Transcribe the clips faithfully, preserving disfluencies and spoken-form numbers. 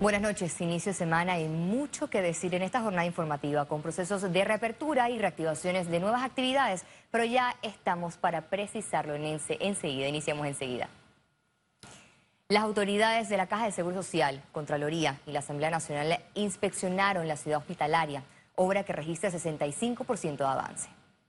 Buenas noches, inicio de semana y mucho que decir en esta jornada informativa con procesos de reapertura y reactivaciones de nuevas actividades, pero ya estamos para precisarlo en ense enseguida, iniciamos enseguida. Las autoridades de la Caja de Seguro Social, Contraloría y la Asamblea Nacional inspeccionaron la ciudad hospitalaria, obra que registra sesenta y cinco por ciento de avance.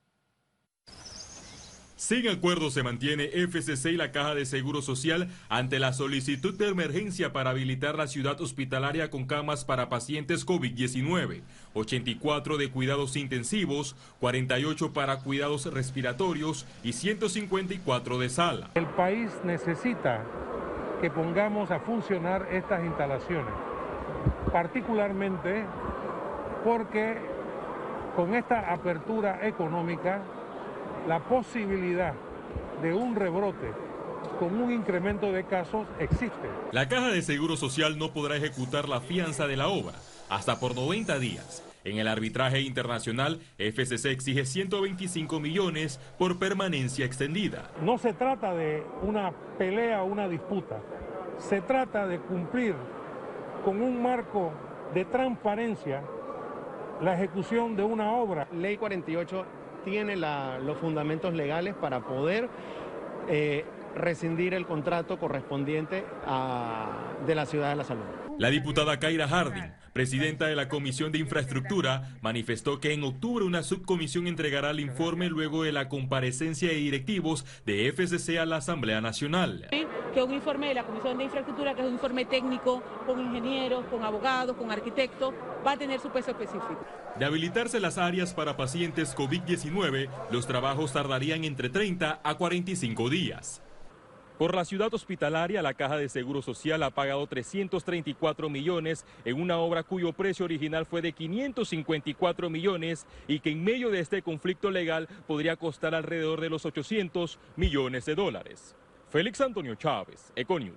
Sin acuerdo se mantiene F C C y la Caja de Seguro Social ante la solicitud de emergencia para habilitar la ciudad hospitalaria con camas para pacientes COVID diecinueve, ochenta y cuatro de cuidados intensivos, cuarenta y ocho para cuidados respiratorios y ciento cincuenta y cuatro de sala. El país necesita que pongamos a funcionar estas instalaciones, particularmente porque con esta apertura económica la posibilidad de un rebrote con un incremento de casos existe. La Caja de Seguro Social no podrá ejecutar la fianza de la obra hasta por noventa días. En el arbitraje internacional, F C C exige ciento veinticinco millones por permanencia extendida. No se trata de una pelea o una disputa, se trata de cumplir con un marco de transparencia la ejecución de una obra. Ley cuarenta y ocho tiene la, los fundamentos legales para poder eh, rescindir el contrato correspondiente a, de la Ciudad de la Salud. La diputada Kaira Harding, presidenta de la Comisión de Infraestructura, manifestó que en octubre una subcomisión entregará el informe luego de la comparecencia de directivos de F C C a la Asamblea Nacional. Que un informe de la Comisión de Infraestructura, que es un informe técnico, con ingenieros, con abogados, con arquitectos, va a tener su peso específico. De habilitarse las áreas para pacientes COVID diecinueve, los trabajos tardarían entre treinta a cuarenta y cinco días. Por la ciudad hospitalaria, la Caja de Seguro Social ha pagado trescientos treinta y cuatro millones en una obra cuyo precio original fue de quinientos cincuenta y cuatro millones y que en medio de este conflicto legal podría costar alrededor de los ochocientos millones de dólares. Félix Antonio Chávez, Econius.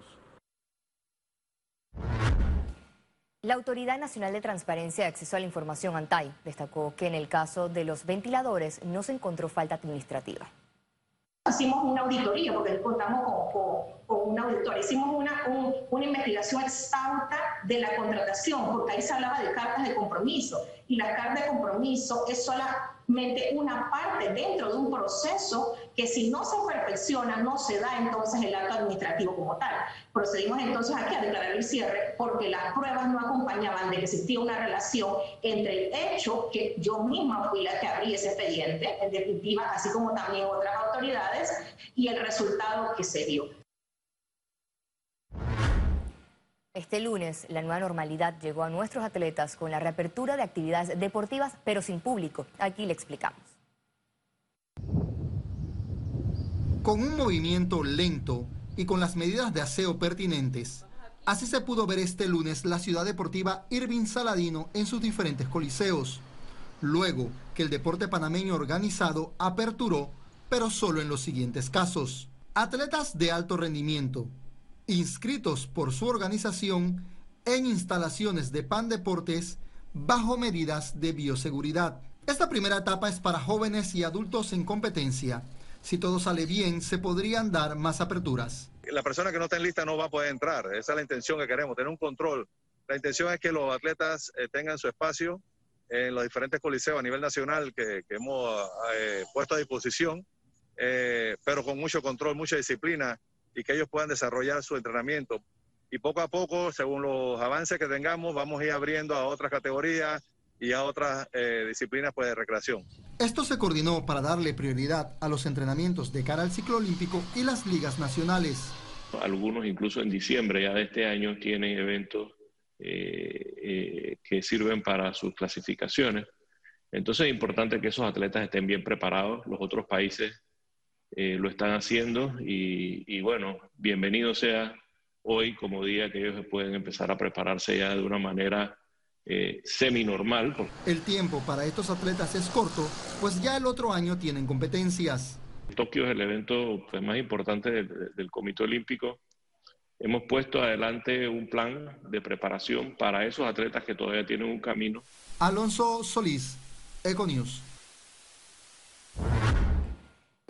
La Autoridad Nacional de Transparencia y Acceso a la Información, ANTAI, destacó que en el caso de los ventiladores no se encontró falta administrativa. Hicimos una auditoría, porque contamos con, con, con una auditoría, hicimos una, un, una investigación exhausta de la contratación, porque ahí se hablaba de cartas de compromiso, y la carta de compromiso es solamente una parte dentro de un proceso que si no se perfecciona, no se da entonces el acto administrativo como tal. Procedimos entonces aquí a declarar el cierre porque las pruebas no acompañaban de que existía una relación entre el hecho, que yo misma fui la que abrí ese expediente, en definitiva, así como también otras autoridades, y el resultado que se dio. Este lunes, la nueva normalidad llegó a nuestros atletas con la reapertura de actividades deportivas, pero sin público. Aquí le explicamos. Con un movimiento lento y con las medidas de aseo pertinentes, así se pudo ver este lunes la ciudad deportiva Irving Saladino en sus diferentes coliseos, luego que el deporte panameño organizado aperturó, pero solo en los siguientes casos. Atletas de alto rendimiento, inscritos por su organización en instalaciones de Pan Deportes bajo medidas de bioseguridad. Esta primera etapa es para jóvenes y adultos en competencia. Si todo sale bien, se podrían dar más aperturas. La persona que no está en lista no va a poder entrar. Esa es la intención que queremos, tener un control. La intención es que los atletas eh, tengan su espacio en los diferentes coliseos a nivel nacional que, que hemos eh, puesto a disposición, eh, pero con mucho control, mucha disciplina, y que ellos puedan desarrollar su entrenamiento. Y poco a poco, según los avances que tengamos, vamos a ir abriendo a otras categorías y a otras eh, disciplinas pues, de recreación. Esto se coordinó para darle prioridad a los entrenamientos de cara al ciclo olímpico y las ligas nacionales. Algunos incluso en diciembre ya de este año tienen eventos eh, eh, que sirven para sus clasificaciones. Entonces es importante que esos atletas estén bien preparados. Los otros países eh, lo están haciendo y, y bueno, bienvenido sea hoy como día que ellos pueden empezar a prepararse ya de una manera Eh, semi-normal. El tiempo para estos atletas es corto, pues ya el otro año tienen competencias. Tokio es el evento pues, más importante del, del Comité Olímpico. Hemos puesto adelante un plan de preparación para esos atletas que todavía tienen un camino. Alonso Solís, Econius.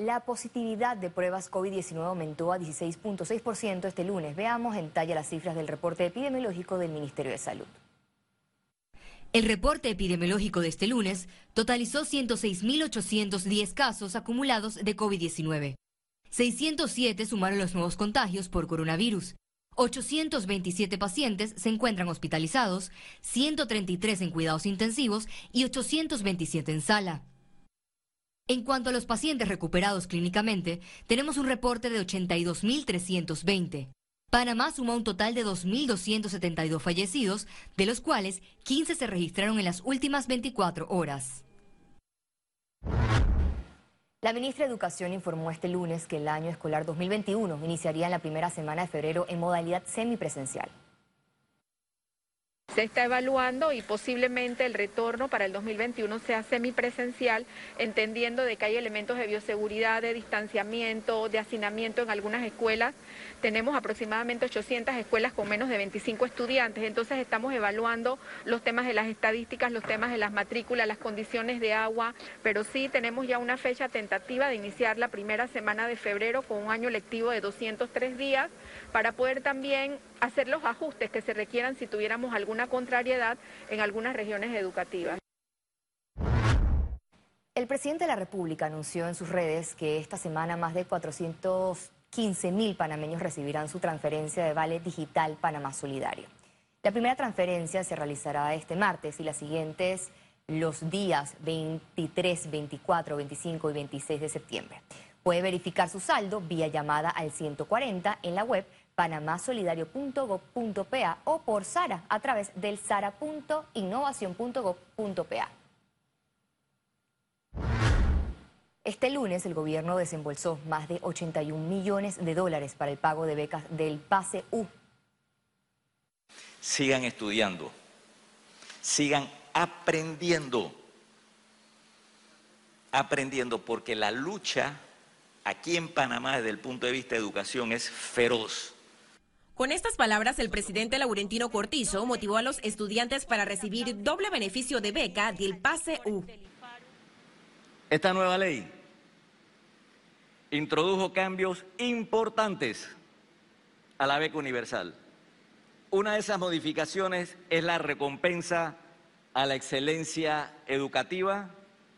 La positividad de pruebas COVID diecinueve aumentó a dieciséis punto seis por ciento este lunes. Veamos en detalle las cifras del reporte epidemiológico del Ministerio de Salud. El reporte epidemiológico de este lunes totalizó ciento seis mil ochocientos diez casos acumulados de COVID diecinueve. seiscientos siete sumaron los nuevos contagios por coronavirus. ochocientos veintisiete pacientes se encuentran hospitalizados, ciento treinta y tres en cuidados intensivos y ochocientos veintisiete en sala. En cuanto a los pacientes recuperados clínicamente, tenemos un reporte de ochenta y dos mil trescientos veinte. Panamá suma un total de dos mil doscientos setenta y dos fallecidos, de los cuales quince se registraron en las últimas veinticuatro horas. La ministra de Educación informó este lunes que el año escolar dos mil veintiuno iniciaría en la primera semana de febrero en modalidad semipresencial. Se está evaluando y posiblemente el retorno para el dos mil veintiuno sea semipresencial, entendiendo de que hay elementos de bioseguridad, de distanciamiento, de hacinamiento en algunas escuelas. Tenemos aproximadamente ochocientas escuelas con menos de veinticinco estudiantes, entonces estamos evaluando los temas de las estadísticas, los temas de las matrículas, las condiciones de agua, pero sí tenemos ya una fecha tentativa de iniciar la primera semana de febrero con un año lectivo de doscientos tres días para poder también hacer los ajustes que se requieran si tuviéramos alguna contrariedad en algunas regiones educativas. El presidente de la República anunció en sus redes que esta semana más de cuatrocientos quince mil panameños recibirán su transferencia de Vale Digital Panamá Solidario. La primera transferencia se realizará este martes y las siguientes los días veintitrés, veinticuatro, veinticinco y veintiséis de septiembre. Puede verificar su saldo vía llamada al ciento cuarenta en la web panamá solidario punto gob punto pa o por Sara a través del sara punto innovación punto gob punto pa. Este lunes el gobierno desembolsó más de ochenta y un millones de dólares para el pago de becas del Pase U. Sigan estudiando, sigan aprendiendo, aprendiendo porque la lucha aquí en Panamá desde el punto de vista de educación es feroz. Con estas palabras, el presidente Laurentino Cortizo motivó a los estudiantes para recibir doble beneficio de beca del Pase U. Esta nueva ley introdujo cambios importantes a la beca universal. Una de esas modificaciones es la recompensa a la excelencia educativa,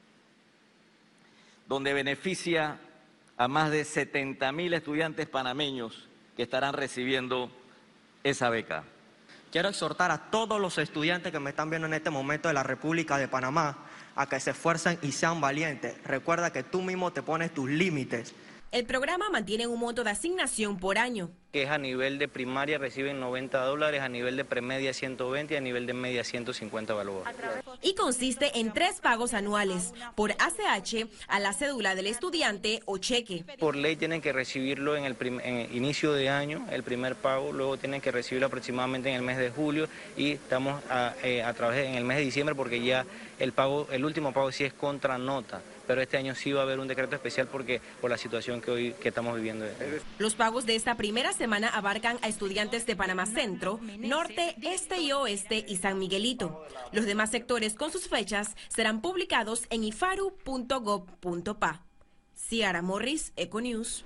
donde beneficia a más de setenta mil estudiantes panameños que estarán recibiendo esa beca. Quiero exhortar a todos los estudiantes que me están viendo en este momento de la República de Panamá a que se esfuercen y sean valientes. Recuerda que tú mismo te pones tus límites. El programa mantiene un monto de asignación por año. Que es a nivel de primaria reciben noventa dólares, a nivel de premedia ciento veinte y a nivel de media ciento cincuenta balboas. Y consiste en tres pagos anuales, por A C H, a la cédula del estudiante o cheque. Por ley tienen que recibirlo en el, prim en el inicio de año, el primer pago, luego tienen que recibirlo aproximadamente en el mes de julio y estamos a, eh, a través en el mes de diciembre porque ya el pago, el último pago sí es contra nota. Pero este año sí va a haber un decreto especial porque por la situación que hoy que estamos viviendo. Los pagos de esta primera semana abarcan a estudiantes de Panamá Centro, Norte, Este y Oeste y San Miguelito. Los demás sectores con sus fechas serán publicados en ifaru punto gob punto pa. Ciara Morris, Econews.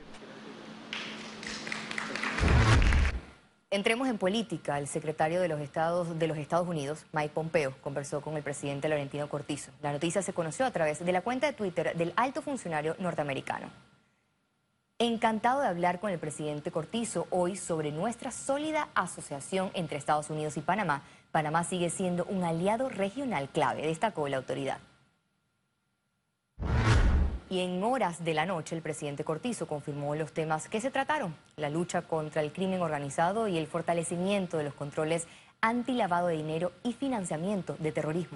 Entremos en política. El secretario de los Estados, de los Estados Unidos, Mike Pompeo, conversó con el presidente Laurentino Cortizo. La noticia se conoció a través de la cuenta de Twitter del alto funcionario norteamericano. Encantado de hablar con el presidente Cortizo hoy sobre nuestra sólida asociación entre Estados Unidos y Panamá. Panamá sigue siendo un aliado regional clave, destacó la autoridad. Y en horas de la noche el presidente Cortizo confirmó los temas que se trataron: la lucha contra el crimen organizado y el fortalecimiento de los controles antilavado de dinero y financiamiento de terrorismo.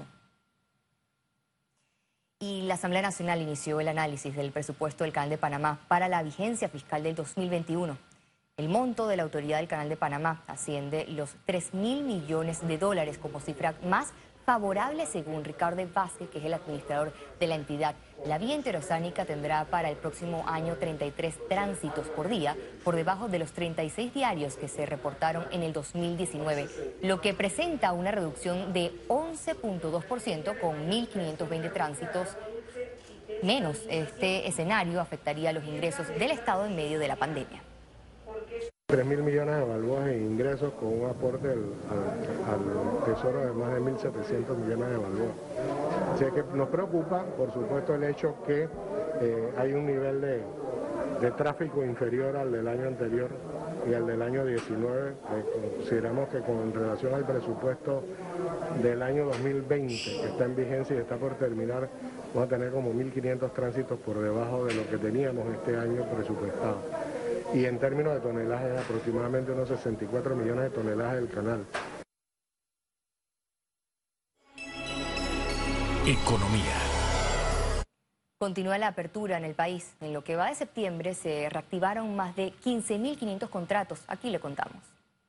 Y la Asamblea Nacional inició el análisis del presupuesto del Canal de Panamá para la vigencia fiscal del dos mil veintiuno. El monto de la autoridad del Canal de Panamá asciende los tres mil millones de dólares como cifra más favorable según Ricardo Vázquez, que es el administrador de la entidad. La vía interoceánica tendrá para el próximo año treinta y tres tránsitos por día, por debajo de los treinta y seis diarios que se reportaron en el dos mil diecinueve, lo que presenta una reducción de once punto dos por ciento con mil quinientos veinte tránsitos menos. Este escenario afectaría los ingresos del Estado en medio de la pandemia. tres mil millones de balboas en ingresos con un aporte al, al, al Tesoro de más de mil setecientos millones de balboas. Así que nos preocupa, por supuesto, el hecho que eh, hay un nivel de, de tráfico inferior al del año anterior y al del año diecinueve. Eh, consideramos que con relación al presupuesto del año dos mil veinte, que está en vigencia y está por terminar, vamos a tener como mil quinientos tránsitos por debajo de lo que teníamos este año presupuestado. Y en términos de tonelaje, aproximadamente unos sesenta y cuatro millones de toneladas del canal. Economía. Continúa la apertura en el país. En lo que va de septiembre se reactivaron más de quince mil quinientos contratos. Aquí le contamos.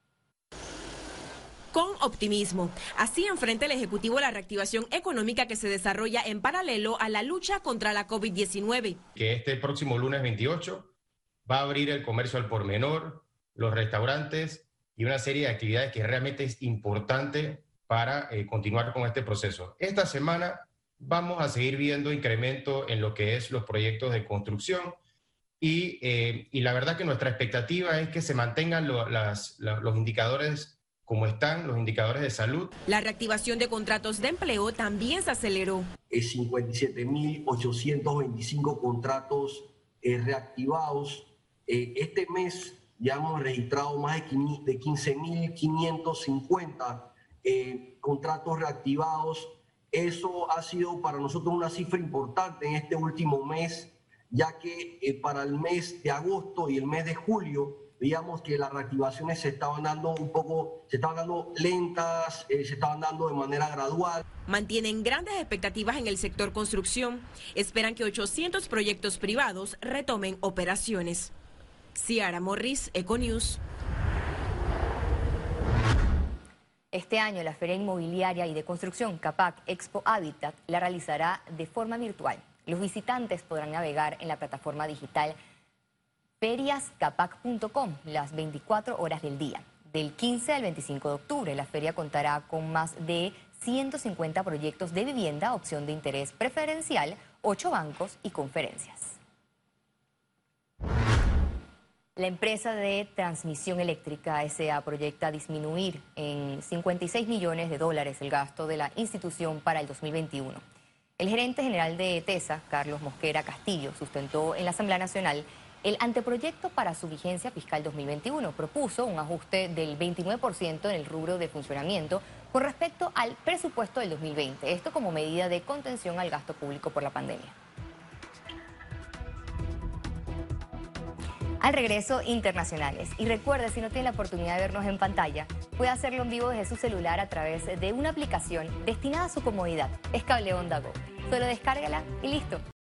Con optimismo. Así enfrenta el Ejecutivo la reactivación económica que se desarrolla en paralelo a la lucha contra la COVID diecinueve. Que este próximo lunes veintiocho va a abrir el comercio al por menor, los restaurantes y una serie de actividades que realmente es importante para eh, continuar con este proceso. Esta semana vamos a seguir viendo incremento en lo que es los proyectos de construcción y, eh, y la verdad que nuestra expectativa es que se mantengan lo, las, la, los indicadores como están, los indicadores de salud. La reactivación de contratos de empleo también se aceleró. cincuenta y siete mil ochocientos veinticinco contratos eh, reactivados. Eh, este mes ya hemos registrado más de quince mil quinientos cincuenta eh, contratos reactivados. Eso ha sido para nosotros una cifra importante en este último mes, ya que eh, para el mes de agosto y el mes de julio, digamos que las reactivaciones se estaban dando un poco, se estaban dando lentas, eh, se estaban dando de manera gradual. Mantienen grandes expectativas en el sector construcción. Esperan que ochocientos proyectos privados retomen operaciones. Ciara Morris, Econews. Este año la Feria Inmobiliaria y de Construcción Capac Expo Habitat la realizará de forma virtual. Los visitantes podrán navegar en la plataforma digital ferias capac punto com las veinticuatro horas del día. Del quince al veinticinco de octubre, la feria contará con más de ciento cincuenta proyectos de vivienda, opción de interés preferencial, ocho bancos y conferencias. La empresa de transmisión eléctrica S A proyecta disminuir en cincuenta y seis millones de dólares el gasto de la institución para el dos mil veintiuno. El gerente general de TESA, Carlos Mosquera Castillo, sustentó en la Asamblea Nacional el anteproyecto para su vigencia fiscal dos mil veintiuno. Propuso un ajuste del veintinueve por ciento en el rubro de funcionamiento con respecto al presupuesto del dos mil veinte. Esto como medida de contención al gasto público por la pandemia. Al regreso, internacionales. Y recuerde, si no tiene la oportunidad de vernos en pantalla, puede hacerlo en vivo desde su celular a través de una aplicación destinada a su comodidad. Es Cable Onda Go. Solo descárgala y listo.